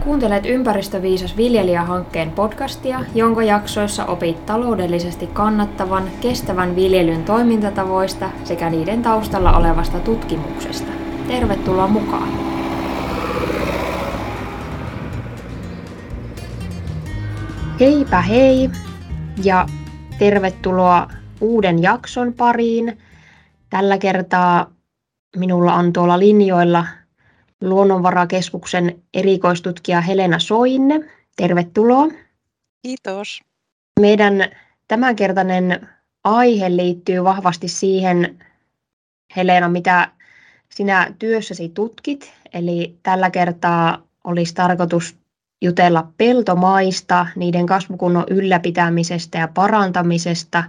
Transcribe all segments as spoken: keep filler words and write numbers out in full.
Kuuntelet Ympäristöviisas viljelijä-hankkeen podcastia, jonka jaksoissa opit taloudellisesti kannattavan, kestävän viljelyn toimintatavoista sekä niiden taustalla olevasta tutkimuksesta. Tervetuloa mukaan! Heipä hei ja tervetuloa uuden jakson pariin. Tällä kertaa minulla on tuolla linjoilla Luonnonvarakeskuksen erikoistutkija Helena Soinne. Tervetuloa. Kiitos. Meidän tämänkertainen aihe liittyy vahvasti siihen, Helena, mitä sinä työssäsi tutkit. Eli tällä kertaa olisi tarkoitus jutella peltomaista, niiden kasvukunnon ylläpitämisestä ja parantamisesta.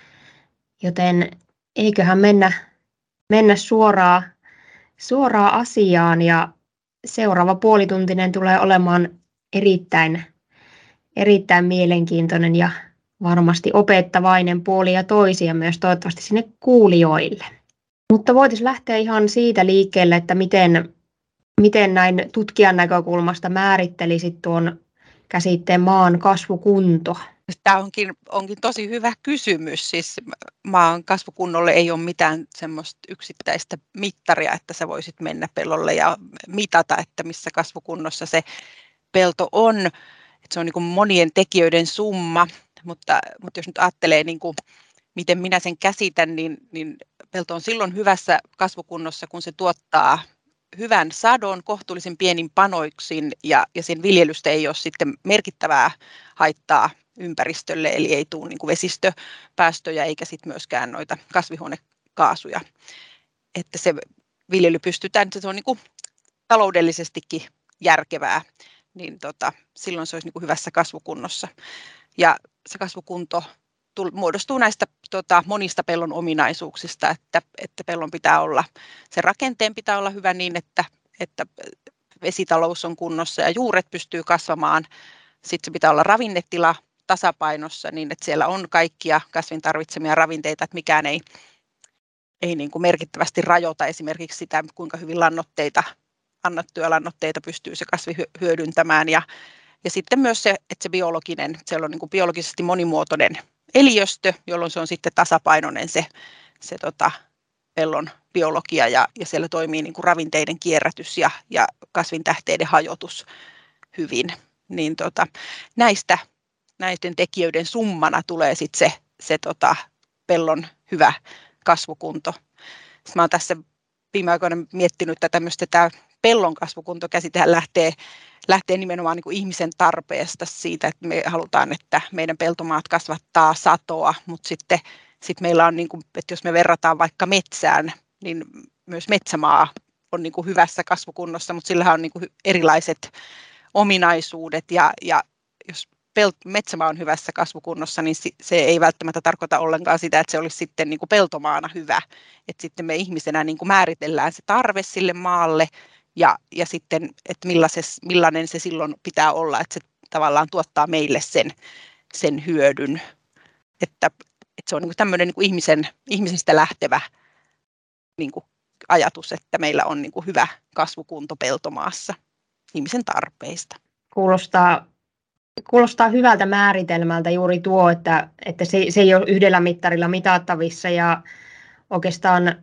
Joten eiköhän mennä, mennä suoraan, suoraan asiaan. Ja seuraava puolituntinen tulee olemaan erittäin, erittäin mielenkiintoinen ja varmasti opettavainen puoli ja toisia myös toivottavasti sinne kuulijoille. Mutta voitaisiin lähteä ihan siitä liikkeelle, että miten, miten näin tutkijan näkökulmasta määrittelisit tuon käsitteen maan kasvukunto? Tämä onkin, onkin tosi hyvä kysymys. Siis maan kasvukunnolle ei ole mitään semmoista yksittäistä mittaria, että sä voisit mennä pellolle ja mitata, että missä kasvukunnossa se pelto on. Että se on niin kuin monien tekijöiden summa, mutta, mutta jos nyt ajattelee, niin kuin, miten minä sen käsitän, niin, niin pelto on silloin hyvässä kasvukunnossa, kun se tuottaa hyvän sadon kohtuullisen pienin panoiksin ja, ja sen viljelystä ei ole sitten merkittävää haittaa ympäristölle, eli ei tule niin kuin vesistöpäästöjä eikä sitten myöskään noita kasvihuonekaasuja. Että se viljely pystytään, se on niin kuin taloudellisestikin järkevää, niin tota, silloin se olisi niin kuin hyvässä kasvukunnossa. Ja se kasvukunto muodostuu näistä tota, monista pellon ominaisuuksista, että, että pellon pitää olla, sen rakenteen pitää olla hyvä niin, että, että vesitalous on kunnossa ja juuret pystyy kasvamaan. Sitten se pitää olla ravinnetila tasapainossa niin, että siellä on kaikkia kasvin tarvitsemia ravinteita, että mikään ei, ei niin kuin merkittävästi rajoita esimerkiksi sitä, kuinka hyvin lannoitteita, annettuja lannoitteita pystyy se kasvi hyödyntämään. Ja, ja sitten myös se, että se biologinen, siellä on niin kuin biologisesti monimuotoinen eliöstö, jolloin se on sitten tasapainoinen se, se tota, pellon biologia ja, ja siellä toimii niin kuin ravinteiden kierrätys ja, ja kasvintähteiden hajotus hyvin. Niin tota, näistä näiden tekijöiden summana tulee sitten se, se tota, pellon hyvä kasvukunto. Sitten mä oon tässä viime aikoina miettinyt tätä tämmöistä, tämä pellon kasvukuntokäsitehän lähtee, lähtee nimenomaan niin kuin ihmisen tarpeesta siitä, että me halutaan, että meidän peltomaat kasvattaa satoa, mutta sitten sit meillä on, niin kuin, että jos me verrataan vaikka metsään, niin myös metsämaa on niin kuin hyvässä kasvukunnossa, mutta sillä on niin kuin erilaiset ominaisuudet ja, ja jos pelt, metsämaa on hyvässä kasvukunnossa, niin se ei välttämättä tarkoita ollenkaan sitä, että se olisi sitten niin kuin peltomaana hyvä. Että sitten me ihmisenä niin kuin määritellään se tarve sille maalle ja, ja sitten, että millainen se silloin pitää olla, että se tavallaan tuottaa meille sen, sen hyödyn. Että, että se on niin kuin tämmöinen niin kuin ihmisen, ihmisestä lähtevä niin kuin ajatus, että meillä on niin kuin hyvä kasvukunto peltomaassa ihmisen tarpeista. Kuulostaa, kuulostaa hyvältä määritelmältä juuri tuo, että, että se, se ei ole yhdellä mittarilla mitattavissa ja oikeastaan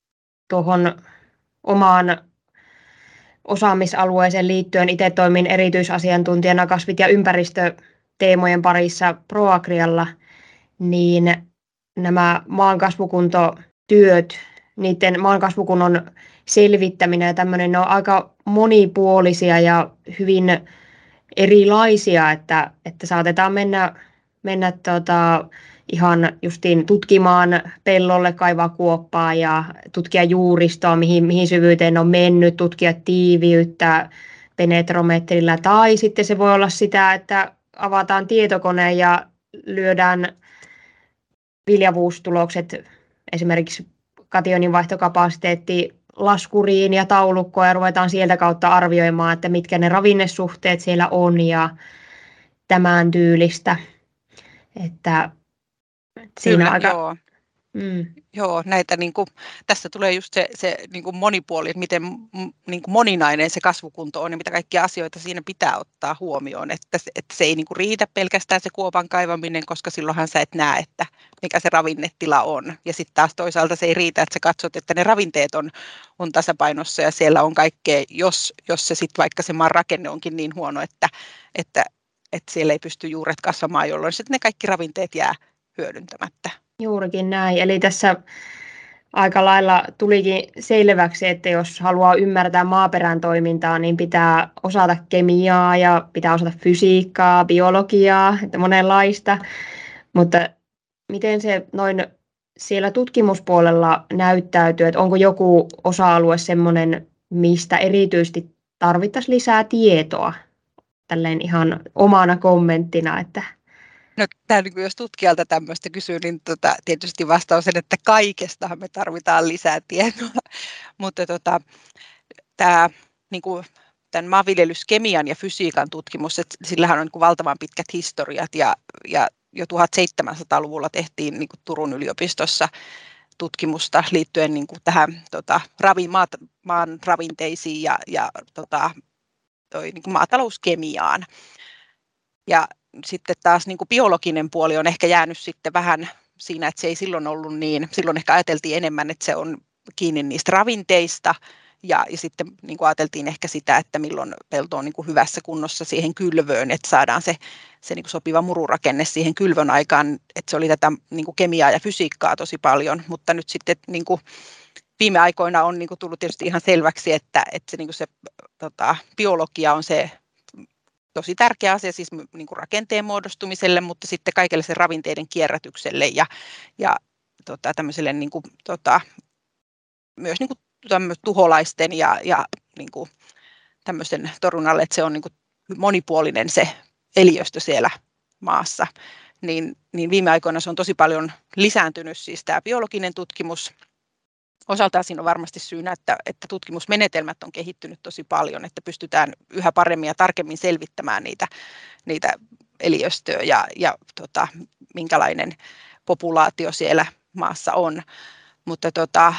tuohon omaan osaamisalueeseen liittyen itse toimin erityisasiantuntijana kasvit- ja ympäristöteemojen parissa ProAgrialla, niin nämä maan kasvukuntotyöt, niiden maan kasvukunnon selvittäminen ja tämmöinen, ne on aika monipuolisia ja hyvin erilaisia, että, että saatetaan mennä, mennä tuota, ihan justiin tutkimaan pellolle, kaivaa kuoppaa ja tutkia juuristoa, mihin, mihin syvyyteen on mennyt, tutkia tiiviyttä penetrometrillä. Tai sitten se voi olla sitä, että avataan tietokone ja lyödään viljavuustulokset, esimerkiksi kationin vaihtokapasiteetti laskuriin ja taulukkoon ja ruvetaan sieltä kautta arvioimaan, että mitkä ne ravinnesuhteet siellä on ja tämän tyylistä. Että Kyllä, aika... joo. Mm. Joo, näitä niin kuin, tässä tulee just se, se niin kuin monipuoli, että miten niin kuin moninainen se kasvukunto on ja mitä kaikkia asioita siinä pitää ottaa huomioon, että, että se ei niin kuin riitä pelkästään se kuopan kaivaminen, koska silloinhan sä et näe, että mikä se ravinnetila on. Ja sitten taas toisaalta se ei riitä, että sä katsot, että ne ravinteet on, on tasapainossa ja siellä on kaikkea, jos, jos se sitten vaikka se maan rakenne onkin niin huono, että, että, että siellä ei pysty juuret kasvamaan, jolloin sitten ne kaikki ravinteet jää hyödyntämättä. Juurikin näin. Eli tässä aika lailla tulikin selväksi, että jos haluaa ymmärtää maaperän toimintaa, niin pitää osata kemiaa ja pitää osata fysiikkaa, biologiaa, että monenlaista. Mutta miten se noin siellä tutkimuspuolella näyttäytyy, että onko joku osa-alue sellainen, mistä erityisesti tarvittaisiin lisää tietoa? Tälleen ihan omana kommenttina, että No, tämä, niin jos tutkijalta tämmöistä kysyy, niin tota, tietysti vastaus on, että kaikestahan me tarvitaan lisää tietoa, mutta tota, tämä niin kuin, tämän maanviljelyskemian ja fysiikan tutkimus, että sillähän on niin kuin valtavan pitkät historiat ja, ja jo tuhatseitsemänsataaluvulla tehtiin niin kuin Turun yliopistossa tutkimusta liittyen niin kuin tähän tota, ravi, maat, maan ravinteisiin ja, ja tota, toi, niin kuin maatalouskemiaan. Ja sitten taas niin kuin biologinen puoli on ehkä jäänyt sitten vähän siinä, että se ei silloin ollut niin, silloin ehkä ajateltiin enemmän, että se on kiinni niistä ravinteista ja, ja sitten niin kuin ajateltiin ehkä sitä, että milloin pelto on niin kuin hyvässä kunnossa siihen kylvöön, että saadaan se, se niin kuin sopiva mururakenne siihen kylvön aikaan, että se oli tätä niin kuin kemiaa ja fysiikkaa tosi paljon, mutta nyt sitten niin kuin viime aikoina on niin kuin tullut tietysti ihan selväksi, että, että se, niin kuin se tota, biologia on se tosi tärkeä asia siis niin kuin rakenteen muodostumiselle, mutta sitten kaikelle sen ravinteiden kierrätykselle ja, ja tota, tämmöiselle niin kuin, tota, myös niin kuin, tuholaisten ja, ja niin kuin, tämmöisen torjunnalle, että se on niin kuin, monipuolinen se eliöstö siellä maassa. Niin, niin viime aikoina se on tosi paljon lisääntynyt, siis tämä biologinen tutkimus. Osaltaan siinä on varmasti syynä, että, että tutkimusmenetelmät on kehittynyt tosi paljon, että pystytään yhä paremmin ja tarkemmin selvittämään niitä, niitä eliöstöä ja, ja tota, minkälainen populaatio siellä maassa on. Mutta tota,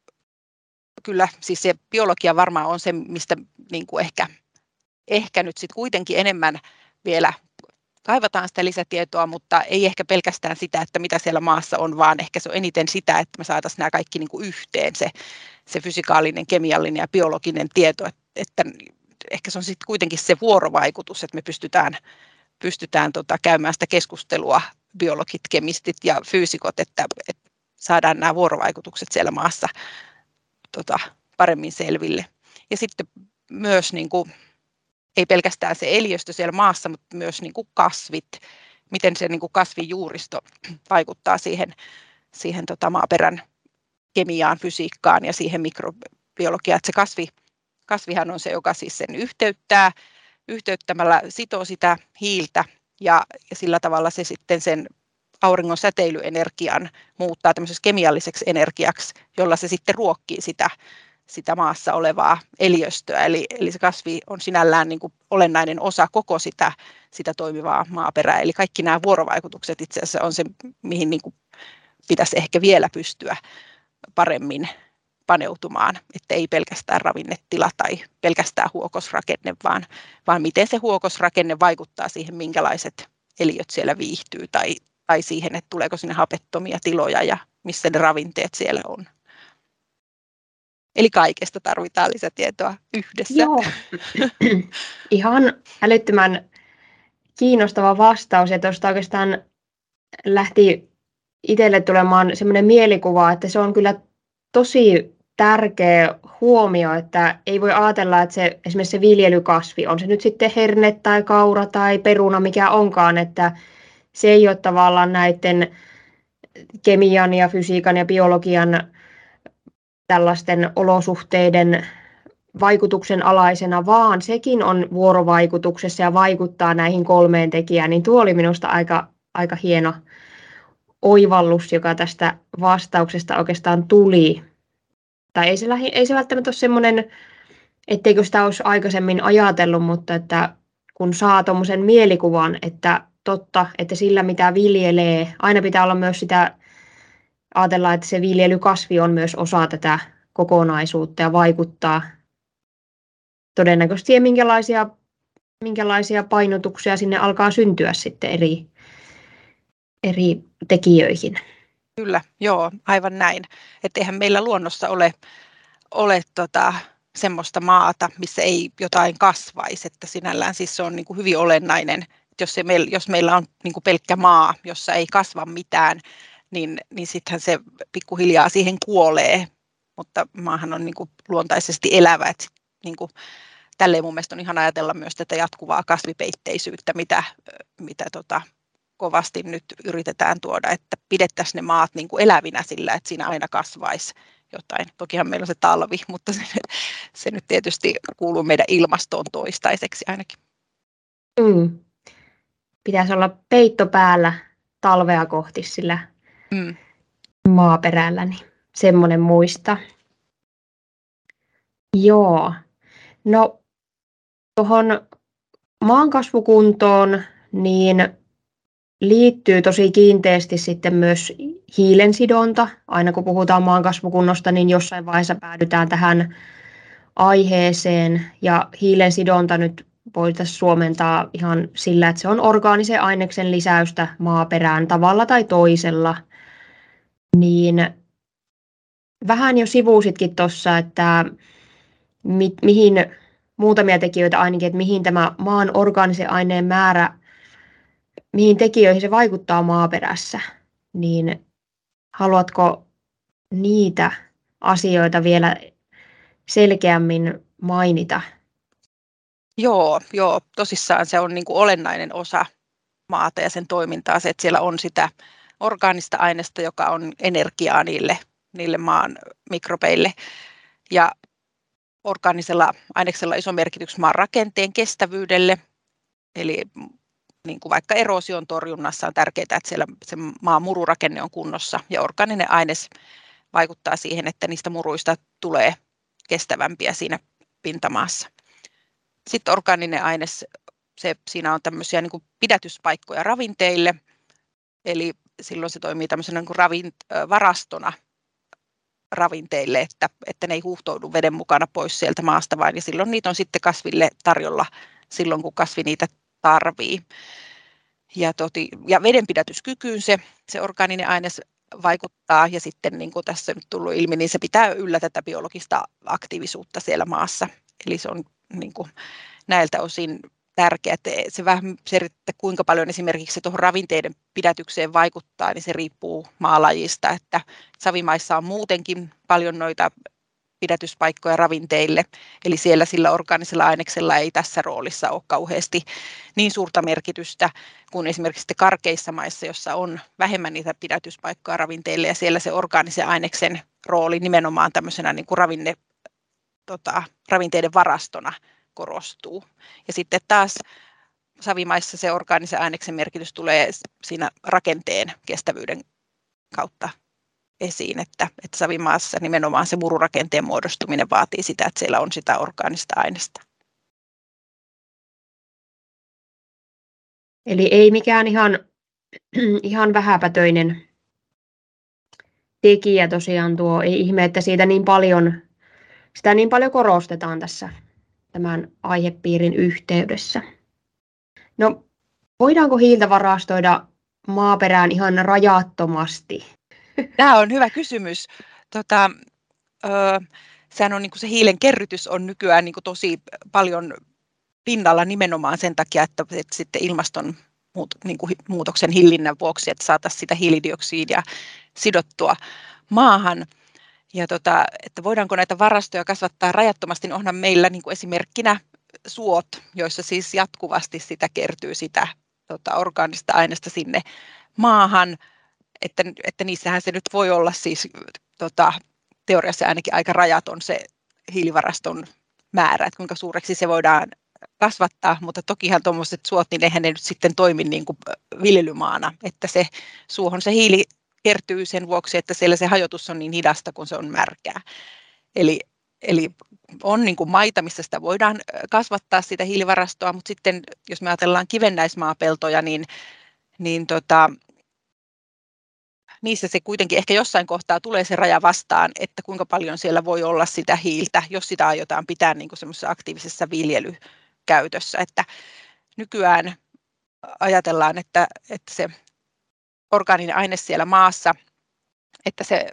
kyllä siis se biologia varmaan on se, mistä niin kuin ehkä, ehkä nyt sitten kuitenkin enemmän vielä kaivataan sitä lisätietoa, mutta ei ehkä pelkästään sitä, että mitä siellä maassa on, vaan ehkä se on eniten sitä, että me saataisiin nämä kaikki niin kuin yhteen, se, se fysikaalinen, kemiallinen ja biologinen tieto, että, että ehkä se on sitten kuitenkin se vuorovaikutus, että me pystytään, pystytään tota, käymään sitä keskustelua, biologit, kemistit ja fyysikot, että, että saadaan nämä vuorovaikutukset siellä maassa tota, paremmin selville. Ja sitten myös niin kuin, ei pelkästään se eliöstö siellä maassa, mutta myös niin kuin kasvit, miten se niin kuin kasvijuuristo vaikuttaa siihen, siihen tota maaperän kemiaan, fysiikkaan ja siihen mikrobiologiaan. Että se kasvi, kasvihan on se, joka siis sen yhteyttää, yhteyttämällä sitoo sitä hiiltä ja, ja sillä tavalla se sitten sen auringon säteilyenergian muuttaa tämmöiseksi kemialliseksi energiaksi, jolla se sitten ruokkii sitä sitä maassa olevaa eliöstöä. Eli, eli se kasvi on sinällään niin kuin olennainen osa koko sitä, sitä toimivaa maaperää. Eli kaikki nämä vuorovaikutukset itse asiassa on se, mihin niin kuin pitäisi ehkä vielä pystyä paremmin paneutumaan. Että ei pelkästään ravinnetila tai pelkästään huokosrakenne, vaan, vaan miten se huokosrakenne vaikuttaa siihen, minkälaiset eliöt siellä viihtyy tai, tai siihen, että tuleeko sinne hapettomia tiloja ja missä ne ravinteet siellä on. Eli kaikesta tarvitaan lisätietoa yhdessä. Joo, ihan älyttömän kiinnostava vastaus. Ja tuosta oikeastaan lähti itselle tulemaan sellainen mielikuva, että se on kyllä tosi tärkeä huomio, että ei voi ajatella, että se, esimerkiksi se viljelykasvi, on se nyt sitten herne tai kaura tai peruna, mikä onkaan, että se ei ole tavallaan näiden kemian ja fysiikan ja biologian tällaisten olosuhteiden vaikutuksen alaisena, vaan sekin on vuorovaikutuksessa ja vaikuttaa näihin kolmeen tekijään, niin tuo oli minusta aika, aika hieno oivallus, joka tästä vastauksesta oikeastaan tuli. Tai ei se, lähi, ei se välttämättä ole semmoinen, etteikö sitä olisi aikaisemmin ajatellut, mutta että kun saa tuommoisen mielikuvan, että totta, että sillä mitä viljelee, aina pitää olla myös sitä ajatellaan, että se viljelykasvi on myös osa tätä kokonaisuutta ja vaikuttaa todennäköisesti siihen, minkälaisia, minkälaisia painotuksia sinne alkaa syntyä sitten eri, eri tekijöihin. Kyllä, joo, aivan näin. Että eihän meillä luonnossa ole, ole tota, semmoista maata, missä ei jotain kasvaisi, että sinällään siis se on niin kuin hyvin olennainen. Että jos, se meil, jos meillä on niin kuin pelkkä maa, jossa ei kasva mitään, niin, niin sittenhän se pikkuhiljaa siihen kuolee. Mutta maahan on niin kuin luontaisesti elävä, että sit, niin kuin, tälleen mun mielestä on ihan ajatella myös tätä jatkuvaa kasvipeitteisyyttä, mitä, mitä tota, kovasti nyt yritetään tuoda, että pidettäisiin ne maat niin kuin elävinä sillä, että siinä aina kasvaisi jotain. Tokihan meillä on se talvi, mutta se, se nyt tietysti kuuluu meidän ilmastoon toistaiseksi ainakin. Mm. Pitäisi olla peitto päällä talvea kohti sillä mm. maaperällä, niin semmoinen muista. Joo. No tuohon maankasvukuntoon niin liittyy tosi kiinteästi sitten myös hiilensidonta. Aina kun puhutaan maankasvukunnosta, niin jossain vaiheessa päädytään tähän aiheeseen. Ja hiilensidonta nyt voitaisiin suomentaa ihan sillä, että se on orgaanisen aineksen lisäystä maaperään tavalla tai toisella. Niin vähän jo sivusitkin tuossa, että mi- mihin muutamia tekijöitä ainakin, että mihin tämä maan orgaanisen aineen määrä, mihin tekijöihin se vaikuttaa maaperässä, niin haluatko niitä asioita vielä selkeämmin mainita? Joo, joo, tosissaan se on niin kuin olennainen osa maata ja sen toimintaa, se, että siellä on sitä orgaanista aineesta, joka on energiaa niille, niille maan mikrobeille. Ja orgaanisella aineksella iso merkitys maan rakenteen kestävyydelle, eli niin kuin vaikka eroosion torjunnassa on tärkeää, että siellä se maan mururakenne on kunnossa ja orgaaninen aines vaikuttaa siihen, että niistä muruista tulee kestävämpiä siinä pintamaassa. Sitten orgaaninen aines, se, siinä on tämmöisiä niin kuin pidätyspaikkoja ravinteille, eli silloin se toimii tämmöisenä niin kuin ravin, varastona ravinteille, että, että ne ei huuhtoudu veden mukana pois sieltä maasta vain, ja silloin niitä on sitten kasville tarjolla silloin, kun kasvi niitä tarvii. Ja, toti, ja vedenpidätyskykyyn se, se orgaaninen aines vaikuttaa, ja sitten niin kuin tässä on nyt tullut ilmi, niin se pitää yllä tätä biologista aktiivisuutta siellä maassa. Eli se on niin kuin näiltä osin tärkeää, että se vähän se, että kuinka paljon esimerkiksi se tuohon ravinteiden pidätykseen vaikuttaa, niin se riippuu maalajista, että savimaissa on muutenkin paljon noita pidätyspaikkoja ravinteille, eli siellä sillä orgaanisella aineksella ei tässä roolissa ole kauheasti niin suurta merkitystä kuin esimerkiksi karkeissa maissa, jossa on vähemmän niitä pidätyspaikkoja ravinteille, ja siellä se orgaanisen aineksen rooli nimenomaan tämmöisenä niin kuin ravinne, tota, ravinteiden varastona korostuu. Ja sitten taas savimaissa se orgaanisen aineksen merkitys tulee siinä rakenteen kestävyyden kautta esiin, että, että savimaassa nimenomaan se mururakenteen muodostuminen vaatii sitä, että siellä on sitä orgaanista aineesta. Eli ei mikään ihan, ihan vähäpätöinen tekijä tosiaan tuo, ei ihme, että siitä niin paljon, sitä niin paljon korostetaan tässä tämän aihepiirin yhteydessä. No, voidaanko hiiltä varastoida maaperään ihan rajattomasti? Tämä on hyvä kysymys. Tota, ö, sehän on, niin kuin se hiilen kerrytys on nykyään niin kuin tosi paljon pinnalla nimenomaan sen takia, että, että sitten ilmaston muut, niin kuin muutoksen hillinnän vuoksi, että saataisiin sitä hiilidioksidia sidottua maahan. Ja tota, että voidaanko näitä varastoja kasvattaa rajattomasti, niin onhan meillä niin kuin esimerkkinä suot, joissa siis jatkuvasti sitä kertyy sitä tota, orgaanista aineesta sinne maahan, että, että niissähän se nyt voi olla siis tota, teoriassa ainakin aika rajaton se hiilivaraston määrä, että kuinka suureksi se voidaan kasvattaa, mutta tokihan tuommoiset suot, niin eihän ne nyt sitten toimi niin kuin viljelymaana, että se suohon se hiili kertyy sen vuoksi, että siellä se hajotus on niin hidasta, kun se on märkää. Eli, eli on niin kuin maita, missä sitä voidaan kasvattaa sitä hiilivarastoa, mutta sitten jos me ajatellaan kivennäismaapeltoja, niin, niin tota, niissä se kuitenkin ehkä jossain kohtaa tulee se raja vastaan, että kuinka paljon siellä voi olla sitä hiiltä, jos sitä aiotaan pitää niin kuin semmoisessa aktiivisessa viljelykäytössä. Että nykyään ajatellaan, että, että se orgaaninen aine siellä maassa, että se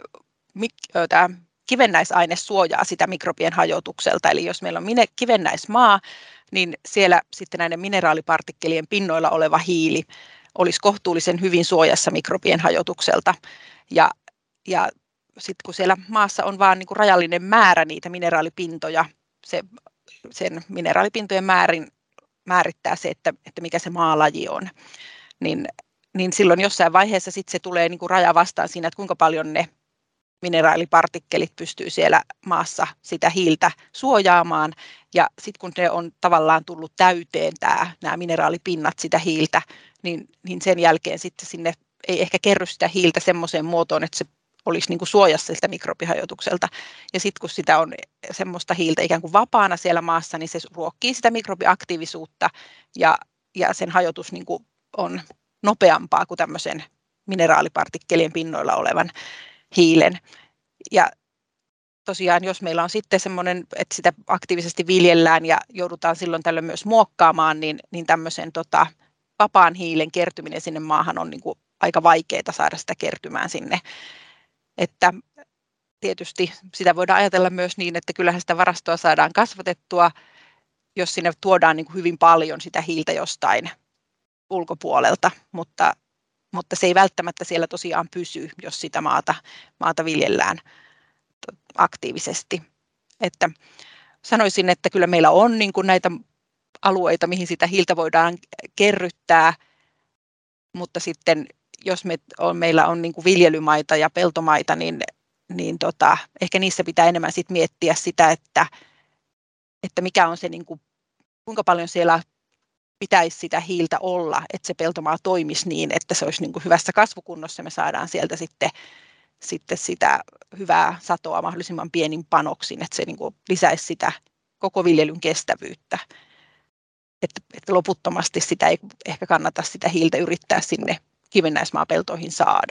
tämä kivennäisaine suojaa sitä mikrobien hajotukselta. Eli jos meillä on kivennäismaa, niin siellä sitten näiden mineraalipartikkelien pinnoilla oleva hiili olisi kohtuullisen hyvin suojassa mikrobien hajotukselta. Ja, ja sitten kun siellä maassa on vain niin kuin rajallinen määrä niitä mineraalipintoja, se, sen mineraalipintojen määrin määrittää se, että, että mikä se maalaji on, niin, niin silloin jossain vaiheessa sitten se tulee niin kuin raja vastaan siinä, että kuinka paljon ne mineraalipartikkelit pystyy siellä maassa sitä hiiltä suojaamaan, ja sitten kun ne on tavallaan tullut täyteen tämä, nämä mineraalipinnat sitä hiiltä, niin, niin sen jälkeen sitten sinne ei ehkä kerry sitä hiiltä semmoiseen muotoon, että se olisi niin kuin suojassa siltä mikrobihajotukselta, ja sitten kun sitä on semmoista hiiltä ikään kuin vapaana siellä maassa, niin se ruokkii sitä mikrobiaktiivisuutta, ja, ja sen hajotus niin kuin on nopeampaa kuin tämmöisen mineraalipartikkelien pinnoilla olevan hiilen. Ja tosiaan, jos meillä on sitten semmoinen, että sitä aktiivisesti viljellään ja joudutaan silloin tällöin myös muokkaamaan, niin, niin tämmöisen tota, vapaan hiilen kertyminen sinne maahan on niin kuin aika vaikeaa saada sitä kertymään sinne. Että tietysti sitä voidaan ajatella myös niin, että kyllähän sitä varastoa saadaan kasvatettua, jos sinne tuodaan niin kuin hyvin paljon sitä hiiltä jostain ulkopuolelta, mutta mutta se ei välttämättä siellä tosiaan pysy, jos sitä maata, maata viljellään aktiivisesti. Että sanoisin, että kyllä meillä on niin kuin näitä alueita, mihin sitä hiiltä voidaan kerryttää, mutta sitten jos me on, meillä on niin kuin viljelymaita ja peltomaita, niin, niin tota, ehkä niissä pitää enemmän sit miettiä sitä, että, että mikä on se, niin kuin, kuinka paljon siellä pitäisi sitä hiiltä olla, että se peltomaa toimisi niin, että se olisi niin kuin hyvässä kasvukunnossa. Me saadaan sieltä sitten, sitten sitä hyvää satoa mahdollisimman pienin panoksin, että se niin kuin lisäisi sitä koko viljelyn kestävyyttä. Että, että loputtomasti sitä ei ehkä kannata sitä hiiltä yrittää sinne kivennäismaapeltoihin saada.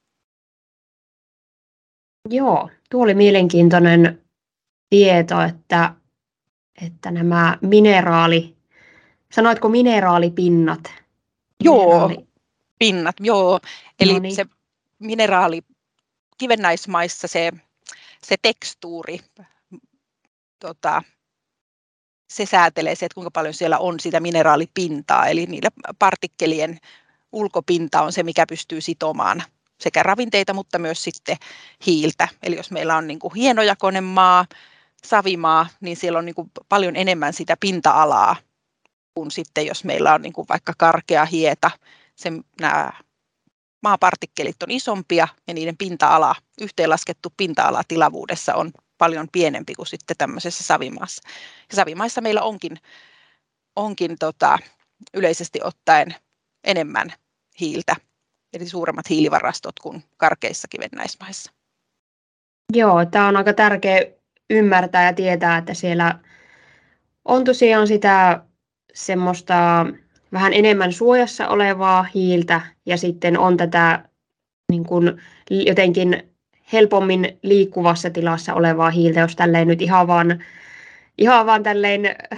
Joo, tuo oli mielenkiintoinen tieto, että, että nämä mineraali, sanoitko mineraalipinnat? Joo, pinnat, joo. Eli Noniin. se mineraali kivennäismaissa se, se tekstuuri, tota, se säätelee se, että kuinka paljon siellä on sitä mineraalipintaa, eli niillä partikkelien ulkopinta on se, mikä pystyy sitomaan sekä ravinteita, mutta myös sitten hiiltä. Eli jos meillä on niin kuin hienojakoinen maa, savimaa, niin siellä on niin kuin paljon enemmän sitä pinta-alaa kuin sitten, jos meillä on niin kuin vaikka karkea hieta. Se, nämä maapartikkelit on isompia ja niiden pinta-ala, yhteenlaskettu pinta-ala tilavuudessa on paljon pienempi kuin sitten tämmöisessä savimaassa. Ja savimaissa meillä onkin, onkin tota, yleisesti ottaen enemmän hiiltä, eli suuremmat hiilivarastot kuin karkeissa kivennäismaissa. Joo, tämä on aika tärkeä ymmärtää ja tietää, että siellä on tosiaan sitä semmoista vähän enemmän suojassa olevaa hiiltä ja sitten on tätä niin kuin jotenkin helpommin liikkuvassa tilassa olevaa hiiltä, jos tälleen nyt ihan vaan, ihan vaan tälleen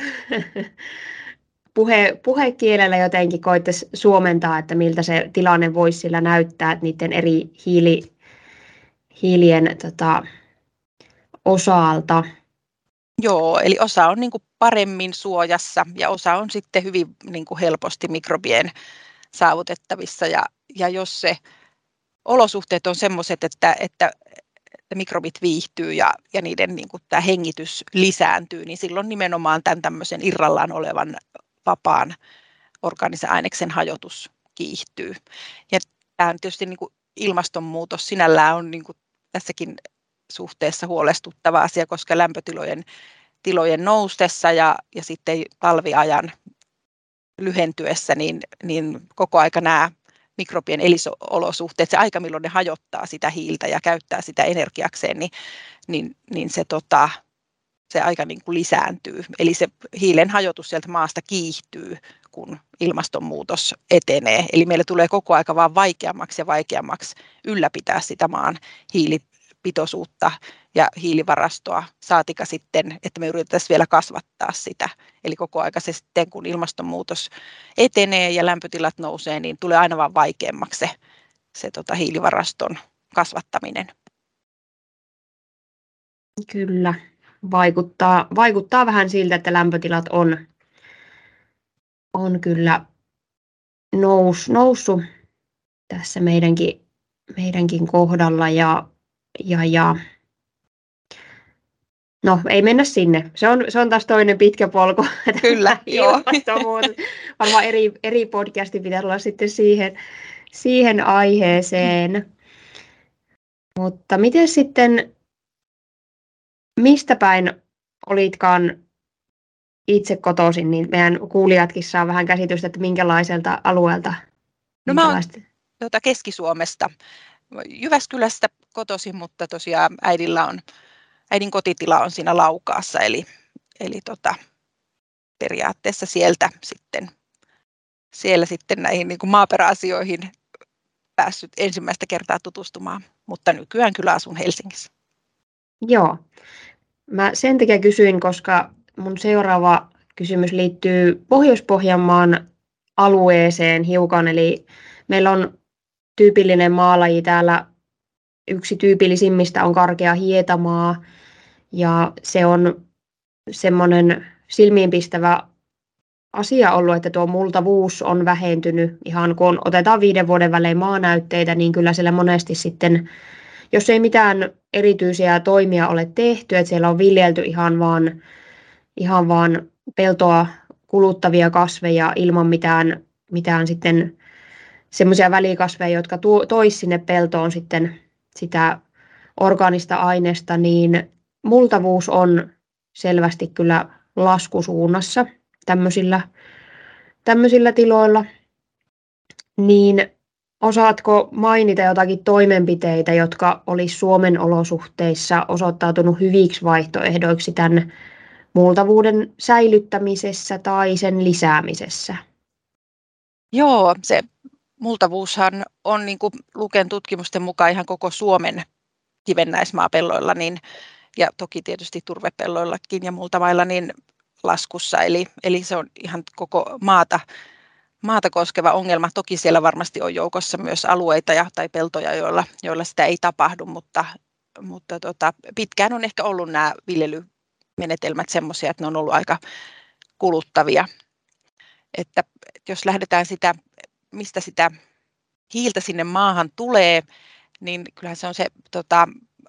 puhe, puhekielellä jotenkin koittaisi suomentaa, että miltä se tilanne voisi sillä näyttää, että niiden eri hiili, hiilien tota, osalta. Joo, eli osa on niin kuin paremmin suojassa ja osa on sitten hyvin niin kuin helposti mikrobien saavutettavissa. Ja, ja jos se olosuhteet on sellaiset, että, että, että mikrobit viihtyy ja, ja niiden niin kuin tämä hengitys lisääntyy, niin silloin nimenomaan tämän tämmöisen irrallaan olevan vapaan orgaanisen aineksen hajotus kiihtyy. Ja tämä on tietysti niin kuin ilmastonmuutos sinällään on niin kuin tässäkin suhteessa huolestuttava asia, koska lämpötilojen tilojen noustessa ja, ja sitten talviajan lyhentyessä, niin, niin koko aika nämä mikrobien elinolosuhteet, se aika milloin ne hajottaa sitä hiiltä ja käyttää sitä energiakseen, niin, niin, niin se, tota, se aika niin kuin lisääntyy. Eli se hiilen hajotus sieltä maasta kiihtyy, kun ilmastonmuutos etenee. Eli meille tulee koko aika vaan vaikeammaksi ja vaikeammaksi ylläpitää sitä maan hiilipitoisuutta ja hiilivarastoa, saatika sitten, että me yritettäisiin vielä kasvattaa sitä. Eli koko aika se sitten, kun ilmastonmuutos etenee ja lämpötilat nousee, niin tulee aina vaan vaikeammaksi se, se tota hiilivaraston kasvattaminen. Kyllä, vaikuttaa, vaikuttaa vähän siltä, että lämpötilat on, on kyllä nous, noussut tässä meidänkin, meidänkin kohdalla ja, ja, ja no ei mennä sinne. Se on, se on taas toinen pitkä polku. Kyllä, joo. Varmaan eri, eri podcasti pitäisi olla sitten siihen, siihen aiheeseen. Mutta miten sitten, mistä päin olitkaan itse kotoisin, niin meidän kuulijatkin saa vähän käsitystä, että minkälaiselta alueelta. No mä oon tuota Keski-Suomesta, Jyväskylästä kotoisin, mutta tosiaan äidillä on, äidin kotitila on siinä Laukaassa, eli, eli tota, periaatteessa sieltä sitten, siellä sitten näihin niin kuin maaperäasioihin päässyt ensimmäistä kertaa tutustumaan, mutta nykyään kyllä asun Helsingissä. Joo, mä sen takia kysyin, koska mun seuraava kysymys liittyy Pohjois-Pohjanmaan alueeseen hiukan, eli meillä on tyypillinen maalaji täällä, yksi tyypillisimmistä on karkea hietamaa, ja se on semmoinen silmiinpistävä asia ollut, että tuo multavuus on vähentynyt ihan kun otetaan viiden vuoden välein maanäytteitä, niin kyllä siellä monesti sitten, jos ei mitään erityisiä toimia ole tehty, että siellä on viljelty ihan vaan, ihan vaan peltoa kuluttavia kasveja ilman mitään, mitään sitten semmoisia välikasveja, jotka tois sinne peltoon sitten sitä orgaanista aineesta, niin multavuus on selvästi kyllä laskusuunnassa tämmöisillä, tämmöisillä tiloilla. Niin osaatko mainita jotakin toimenpiteitä, jotka olisi Suomen olosuhteissa osoittautunut hyviksi vaihtoehdoiksi tämän multavuuden säilyttämisessä tai sen lisäämisessä? Joo, se multavuushan on niin kuin Luken tutkimusten mukaan ihan koko Suomen kivennäismaapelloilla, niin, ja toki tietysti turvepelloillakin ja multamailla niin laskussa, eli, eli se on ihan koko maata, maata koskeva ongelma. Toki siellä varmasti on joukossa myös alueita ja, tai peltoja, joilla, joilla sitä ei tapahdu, mutta, mutta tota, pitkään on ehkä ollut nämä viljelymenetelmät semmoisia, että ne on ollut aika kuluttavia. Että jos lähdetään sitä, mistä sitä hiiltä sinne maahan tulee, niin kyllähän se on se tota,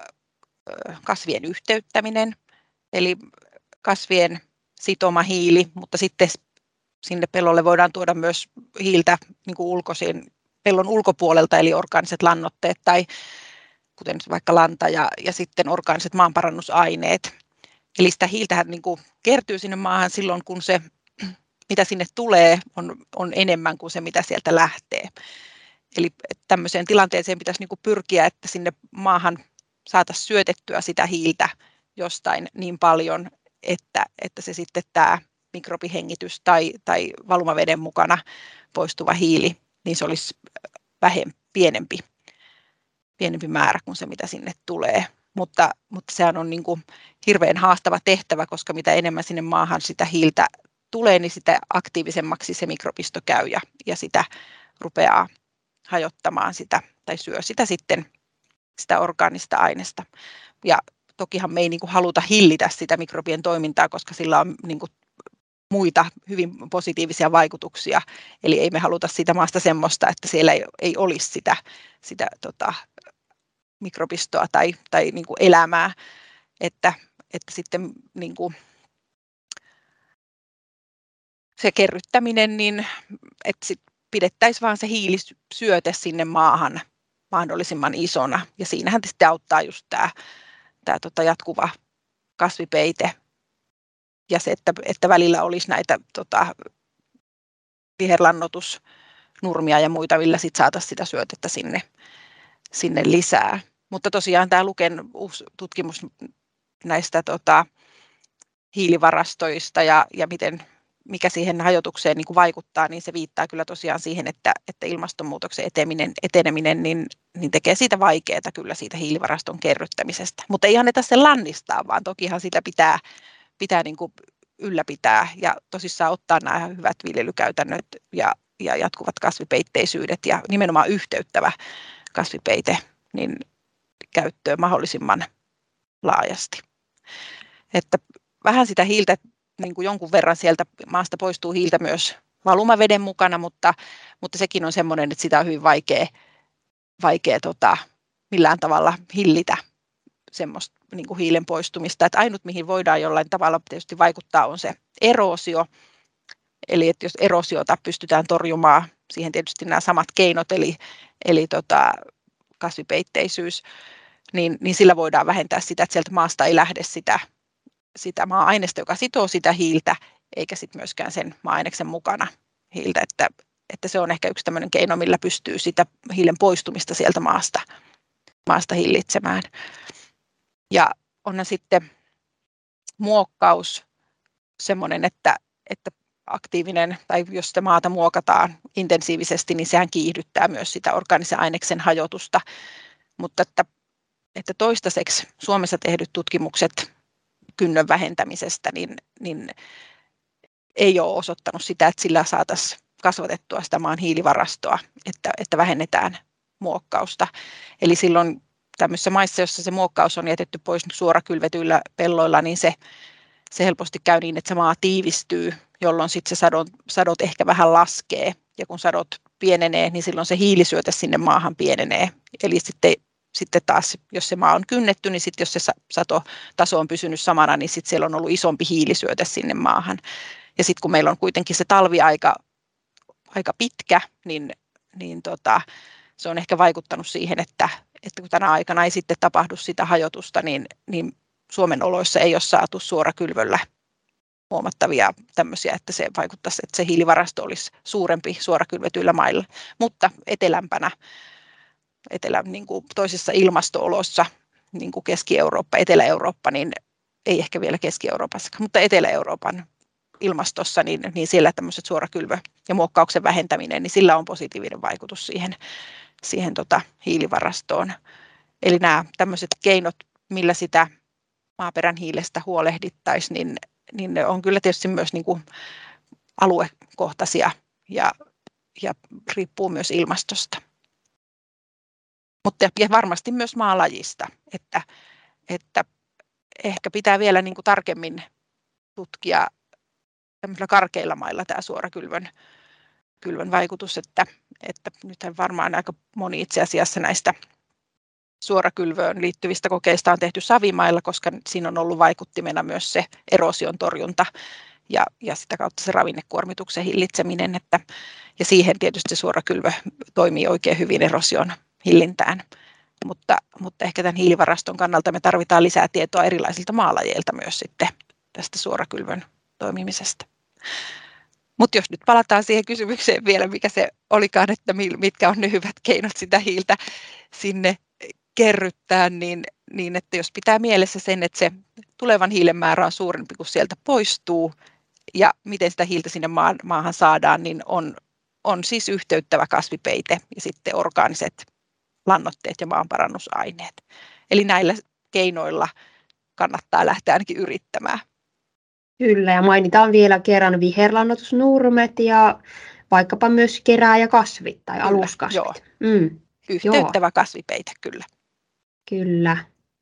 kasvien yhteyttäminen, eli kasvien sitoma hiili, mutta sitten sinne pellolle voidaan tuoda myös hiiltä niin kuin ulkoisin, pellon ulkopuolelta, eli orgaaniset lannoitteet tai kuten vaikka lanta ja, ja sitten orgaaniset maanparannusaineet. Eli sitä hiiltähän niin kuin kertyy sinne maahan silloin, kun se, mitä sinne tulee, on, on enemmän kuin se, mitä sieltä lähtee. Eli tämmöiseen tilanteeseen pitäisi niin kuin pyrkiä, että sinne maahan saataisiin syötettyä sitä hiiltä jostain niin paljon, että, että se sitten tämä mikrobihengitys tai, tai valumaveden mukana poistuva hiili, niin se olisi vähem, pienempi, pienempi määrä kuin se, mitä sinne tulee. Mutta, mutta sehän on niin kuin hirveän haastava tehtävä, koska mitä enemmän sinne maahan sitä hiiltä tulee, niin sitä aktiivisemmaksi se mikrobisto käy ja, ja sitä rupeaa hajottamaan sitä tai syö sitä sitten sitä orgaanista aineesta. Ja tokihan me ei niin kuin haluta hillitä sitä mikrobien toimintaa, koska sillä on niin kuin muita hyvin positiivisia vaikutuksia. Eli ei me haluta sitä maasta semmoista, että siellä ei, ei olisi sitä, sitä tota, mikrobistoa tai, tai niin kuin elämää, että, että sitten niin kuin se kerryttäminen, niin että sit pidettäisiin vaan se hiilisyöte sinne maahan mahdollisimman isona. Ja siinähän sitten auttaa just tämä, tämä tota jatkuva kasvipeite ja se, että, että välillä olisi näitä tota, viherlannoitusnurmia ja muita, millä sitten saataisiin sitä syötettä sinne, sinne lisää. Mutta tosiaan tämä Luken uusi tutkimus näistä tota, hiilivarastoista ja, ja miten mikä siihen hajotukseen niin kuin vaikuttaa, niin se viittaa kyllä tosiaan siihen, että, että ilmastonmuutoksen eteneminen, eteneminen niin, niin tekee siitä vaikeaa kyllä siitä hiilivaraston kerryttämisestä. Mutta ei anneta sen lannistaa, vaan tokihan sitä pitää, pitää niin kuin ylläpitää ja tosissaan ottaa nämä hyvät viljelykäytännöt ja, ja jatkuvat kasvipeitteisyydet ja nimenomaan yhteyttävä kasvipeite niin käyttöön mahdollisimman laajasti. Että vähän sitä hiiltä, niin kuin jonkun verran sieltä maasta poistuu hiiltä myös valumaveden mukana, mutta, mutta sekin on semmoinen, että sitä on hyvin vaikea, vaikea tota, millään tavalla hillitä semmoista niin kuin hiilen poistumista. Että ainut, mihin voidaan jollain tavalla tietysti vaikuttaa, on se eroosio. Eli että jos erosiota pystytään torjumaan, siihen tietysti nämä samat keinot, eli, eli tota, kasvipeitteisyys, niin, niin sillä voidaan vähentää sitä, että sieltä maasta ei lähde sitä, sitä maa-ainesta, joka sitoo sitä hiiltä, eikä sitten myöskään sen maa-aineksen mukana hiiltä. Että, että se on ehkä yksi tämmöinen keino, millä pystyy sitä hiilen poistumista sieltä maasta, maasta hillitsemään. Ja onhan sitten muokkaus semmoinen, että, että aktiivinen, tai jos sitä maata muokataan intensiivisesti, niin sehän kiihdyttää myös sitä orgaanisen aineksen hajotusta. Mutta että, että toistaiseksi Suomessa tehdyt tutkimukset kynnön vähentämisestä, niin, niin ei ole osoittanut sitä, että sillä saataisiin kasvatettua sitä maan hiilivarastoa, että, että vähennetään muokkausta. Eli silloin tämmöisissä maissa, jossa se muokkaus on jätetty pois suorakylvetyillä pelloilla, niin se, se helposti käy niin, että se maa tiivistyy, jolloin sitten se sadot, sadot ehkä vähän laskee. Ja kun sadot pienenee, niin silloin se hiilisyöte sinne maahan pienenee. Eli sitten, sitten taas, jos se maa on kynnetty, niin sitten jos se satotaso on pysynyt samana, niin sitten siellä on ollut isompi hiilisyöte sinne maahan. Ja sitten kun meillä on kuitenkin se talviaika aika pitkä, niin, niin tota, se on ehkä vaikuttanut siihen, että, että kun tänä aikana ei sitten tapahdu sitä hajotusta, niin, niin Suomen oloissa ei ole saatu suorakylvöllä huomattavia tämmöisiä, että se vaikuttaisi, että se hiilivarasto olisi suurempi suorakylvetyillä mailla. Mutta etelämpänä, etelä, niin kuin toisissa ilmasto-oloissa, niin kuin Keski-Eurooppa, Etelä-Eurooppa, niin ei ehkä vielä Keski-Euroopassa, mutta Etelä-Euroopan ilmastossa, niin, niin siellä tämmöiset suorakylvö- ja muokkauksen vähentäminen, niin sillä on positiivinen vaikutus siihen, siihen tota hiilivarastoon. Eli nämä tämmöiset keinot, millä sitä maaperän hiilestä huolehdittaisiin, niin, niin ne on kyllä tietysti myös niin kuin aluekohtaisia ja, ja riippuu myös ilmastosta. Mutta ja varmasti myös maalajista, että, että ehkä pitää vielä niin kuin tarkemmin tutkia tämmöisillä karkeilla mailla tämä suorakylvön kylvön vaikutus, että, että nythän varmaan aika moni itse asiassa näistä suorakylvöön liittyvistä kokeista on tehty savimailla, koska siinä on ollut vaikuttimena myös se eroosion torjunta ja, ja sitä kautta se ravinnekuormituksen hillitseminen, että, ja siihen tietysti se suorakylvö toimii oikein hyvin eroosion hillintään. Mutta, mutta ehkä tämän hiilivaraston kannalta me tarvitaan lisää tietoa erilaisilta maalajeilta myös sitten tästä suorakylvön toimimisesta. Mutta jos nyt palataan siihen kysymykseen vielä, mikä se olikaan, että mitkä on ne hyvät keinot sitä hiiltä sinne kerryttää, niin, niin että jos pitää mielessä sen, että se tulevan hiilen määrä on suurempi kuin sieltä poistuu ja miten sitä hiiltä sinne maahan saadaan, niin on, on siis yhteyttävä kasvipeite ja sitten orgaaniset lannoitteet ja maanparannusaineet. Eli näillä keinoilla kannattaa lähteä ainakin yrittämään. Kyllä, ja mainitaan vielä kerran viherlannoitusnurmet ja vaikkapa myös kerääjäkasvit tai kyllä, aluskasvit. Joo. Mm, Yhteyttävä joo. kasvipeite, kyllä. Kyllä.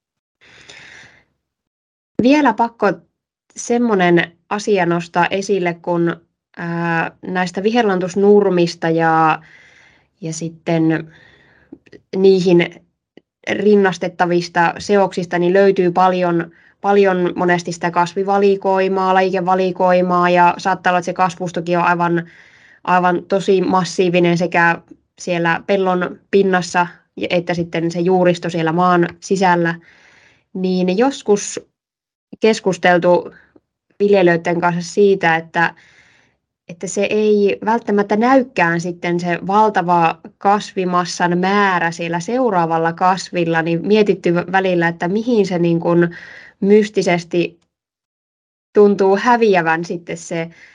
Vielä pakko semmoinen asia nostaa esille, kun ää, näistä viherlannoitusnurmista ja, ja sitten niihin rinnastettavista seoksista niin löytyy paljon, paljon monesti sitä kasvivalikoimaa, lajikevalikoimaa ja saattaa olla, että se kasvustokin on aivan, aivan tosi massiivinen sekä siellä pellon pinnassa että sitten se juuristo siellä maan sisällä. Niin joskus keskusteltu viljelijöiden kanssa siitä, että että se ei välttämättä näykään sitten se valtava kasvimassan määrä siellä seuraavalla kasvilla, niin mietitty välillä, että mihin se niin kuin mystisesti tuntuu häviävän sitten se,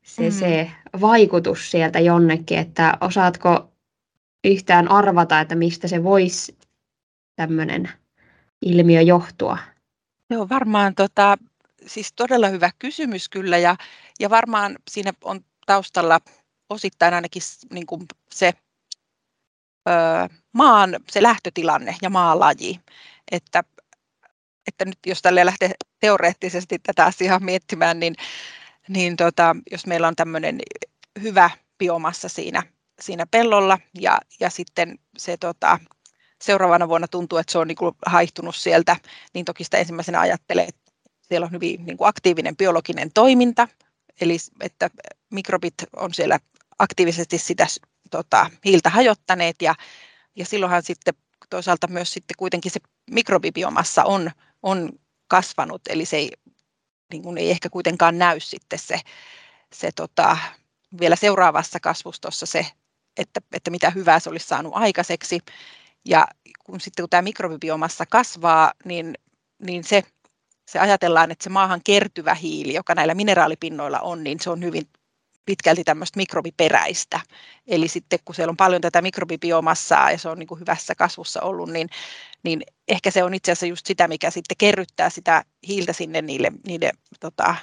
se, Mm. se vaikutus sieltä jonnekin, että osaatko yhtään arvata, että mistä se voisi tämmöinen ilmiö johtua? Se on varmaan tota, siis todella hyvä kysymys kyllä ja, ja varmaan siinä on taustalla osittain ainakin niin kuin se ö, maan se lähtötilanne ja maalaji, että, että nyt jos tälle lähtee teoreettisesti tätä asiaa miettimään, niin, niin tota, jos meillä on tämmöinen hyvä biomassa siinä, siinä pellolla ja, ja sitten se tota, seuraavana vuonna tuntuu, että se on niin kuin haihtunut sieltä, niin toki sitä ensimmäisenä ajattelee, että siellä on hyvin niin kuin aktiivinen biologinen toiminta, eli että mikrobit on siellä aktiivisesti sitä tota, hiiltä hajottaneet, ja, ja silloinhan sitten toisaalta myös sitten kuitenkin se mikrobibiomassa on, on kasvanut, eli se ei, niin kuin ei ehkä kuitenkaan näy sitten se, se tota, vielä seuraavassa kasvustossa se, että, että mitä hyvää se olisi saanut aikaiseksi. Ja kun sitten kun tämä mikrobibiomassa kasvaa, niin, niin se, se ajatellaan, että se maahan kertyvä hiili, joka näillä mineraalipinnoilla on, niin se on hyvin pitkälti tämmöistä mikrobiperäistä. Eli sitten kun siellä on paljon tätä mikrobibiomassaa ja se on niin kuin hyvässä kasvussa ollut, niin, niin ehkä se on itse asiassa just sitä, mikä sitten kerryttää sitä hiiltä sinne niille, niille tota,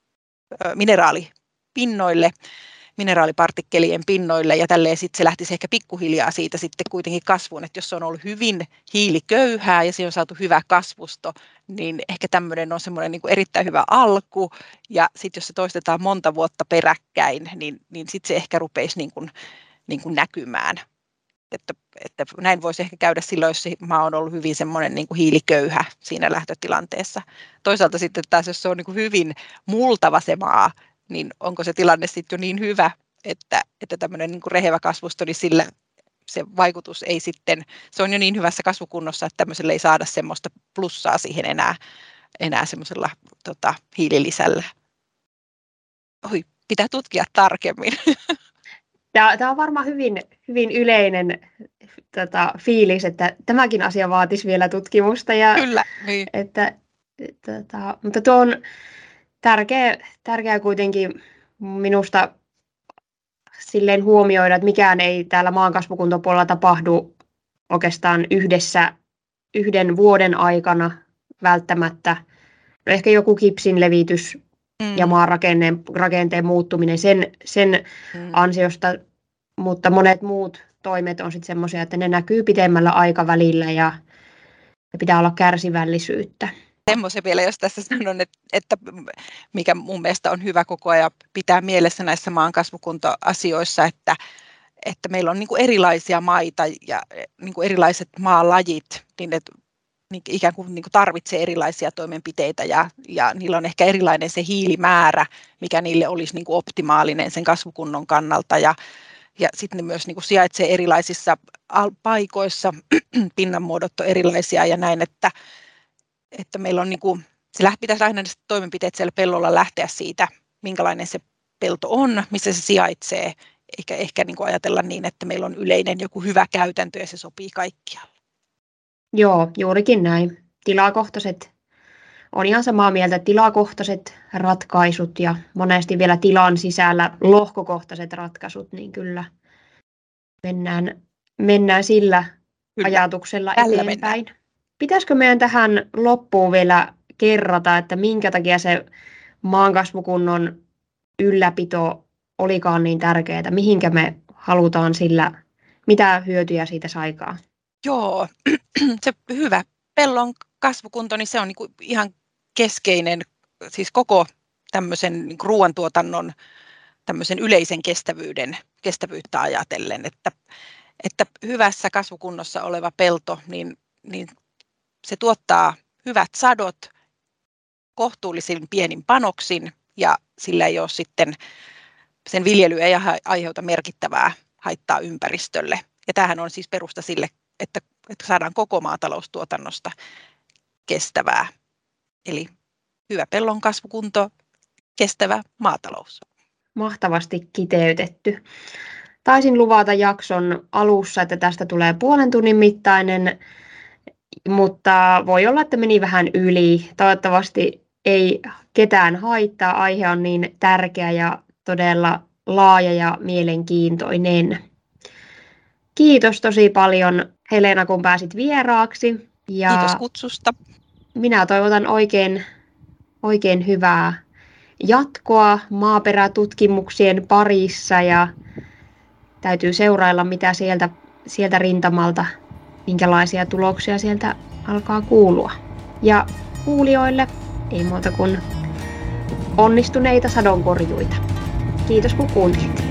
mineraalipinnoille, mineraalipartikkelien pinnoille ja tälleen sitten se lähtisi ehkä pikkuhiljaa siitä sitten kuitenkin kasvuun, että jos se on ollut hyvin hiiliköyhää ja siinä on saatu hyvä kasvusto, niin ehkä tämmöinen on semmoinen niin kuin erittäin hyvä alku ja sitten jos se toistetaan monta vuotta peräkkäin, niin, niin sitten se ehkä rupeisi niin kuin, niin kuin näkymään. Että, että näin voisi ehkä käydä silloin, jos se maa on ollut hyvin semmoinen niin kuin hiiliköyhä siinä lähtötilanteessa. Toisaalta sitten taas, jos se on niin kuin hyvin multava se maa, niin onko se tilanne sitten jo niin hyvä, että, että tämmöinen niin kuin rehevä kasvusto, niin sillä se vaikutus ei sitten, se on jo niin hyvässä kasvukunnossa, että tämmöiselle ei saada semmoista plussaa siihen enää, enää semmoisella tota, hiililisällä. Oi, pitää tutkia tarkemmin. Tämä, tämä on varmaan hyvin, hyvin yleinen tota, fiilis, että tämäkin asia vaatisi vielä tutkimusta. Ja, Kyllä, niin. että, tota, mutta tuo on tärkeä, tärkeää kuitenkin minusta silleen huomioida, että mikään ei täällä maankasvukuntopuolella tapahdu oikeastaan yhdessä yhden vuoden aikana välttämättä. No ehkä joku kipsin levitys Mm. ja maan rakenteen, rakenteen muuttuminen sen, sen Mm. ansiosta, mutta monet muut toimet on sitten semmoisia, että ne näkyy pidemmällä aikavälillä ja, ja pitää olla kärsivällisyyttä. Semmoisen vielä, jos tässä sanon, että, että mikä mun mielestä on hyvä koko ajan pitää mielessä näissä maan kasvukuntoasioissa, että, että meillä on niin kuin erilaisia maita ja niin kuin erilaiset maalajit, niin ne niin ikään kuin, niin kuin tarvitsee erilaisia toimenpiteitä ja, ja niillä on ehkä erilainen se hiilimäärä, mikä niille olisi niin kuin optimaalinen sen kasvukunnon kannalta ja, ja sitten ne myös niin kuin sijaitsee erilaisissa paikoissa, pinnanmuodot on erilaisia ja näin, että että meillä on niin kuin, se pitäisi aina ne toimenpiteet siellä pellolla lähteä siitä, minkälainen se pelto on, missä se sijaitsee, eikä ehkä niin kuin ajatella niin, että meillä on yleinen joku hyvä käytäntö ja se sopii kaikkialle. Joo, juurikin näin. Tilakohtaiset, on ihan samaa mieltä, tilakohtaiset ratkaisut ja monesti vielä tilan sisällä lohkokohtaiset ratkaisut, niin kyllä mennään, mennään sillä Kyllä, ajatuksella tällä eteenpäin. mennään. Pitäisikö meidän tähän loppuun vielä kerrata, että minkä takia se maankasvukunnon ylläpito olikaan niin tärkeää, mihinkä me halutaan sillä, mitä hyötyjä siitä saikaan? Joo, se hyvä pellon kasvukunto, niin se on niin kuin ihan keskeinen, siis koko tämmöisen niin kuin ruoantuotannon tämmöisen yleisen kestävyyden, kestävyyttä ajatellen, että, että hyvässä kasvukunnossa oleva pelto, niin, niin se tuottaa hyvät sadot kohtuullisin pienin panoksin ja sillä ei ole sitten, sen viljely ei aiheuta merkittävää haittaa ympäristölle. Ja tämähän on siis perusta sille, että, että saadaan koko maataloustuotannosta kestävää. Eli hyvä pellon kasvukunto, kestävä maatalous. Mahtavasti kiteytetty. Taisin luvata jakson alussa, että tästä tulee puolen tunnin mittainen, mutta voi olla, että meni vähän yli. Toivottavasti ei ketään haittaa. Aihe on niin tärkeä ja todella laaja ja mielenkiintoinen. Kiitos tosi paljon, Helena, kun pääsit vieraaksi. Ja kiitos kutsusta. Minä toivotan oikein, oikein hyvää jatkoa maaperätutkimuksien parissa ja täytyy seurailla, mitä sieltä, sieltä rintamalta, minkälaisia tuloksia sieltä alkaa kuulua. Ja kuulijoille ei muuta kuin onnistuneita sadonkorjuita. Kiitos kun kuuntelit.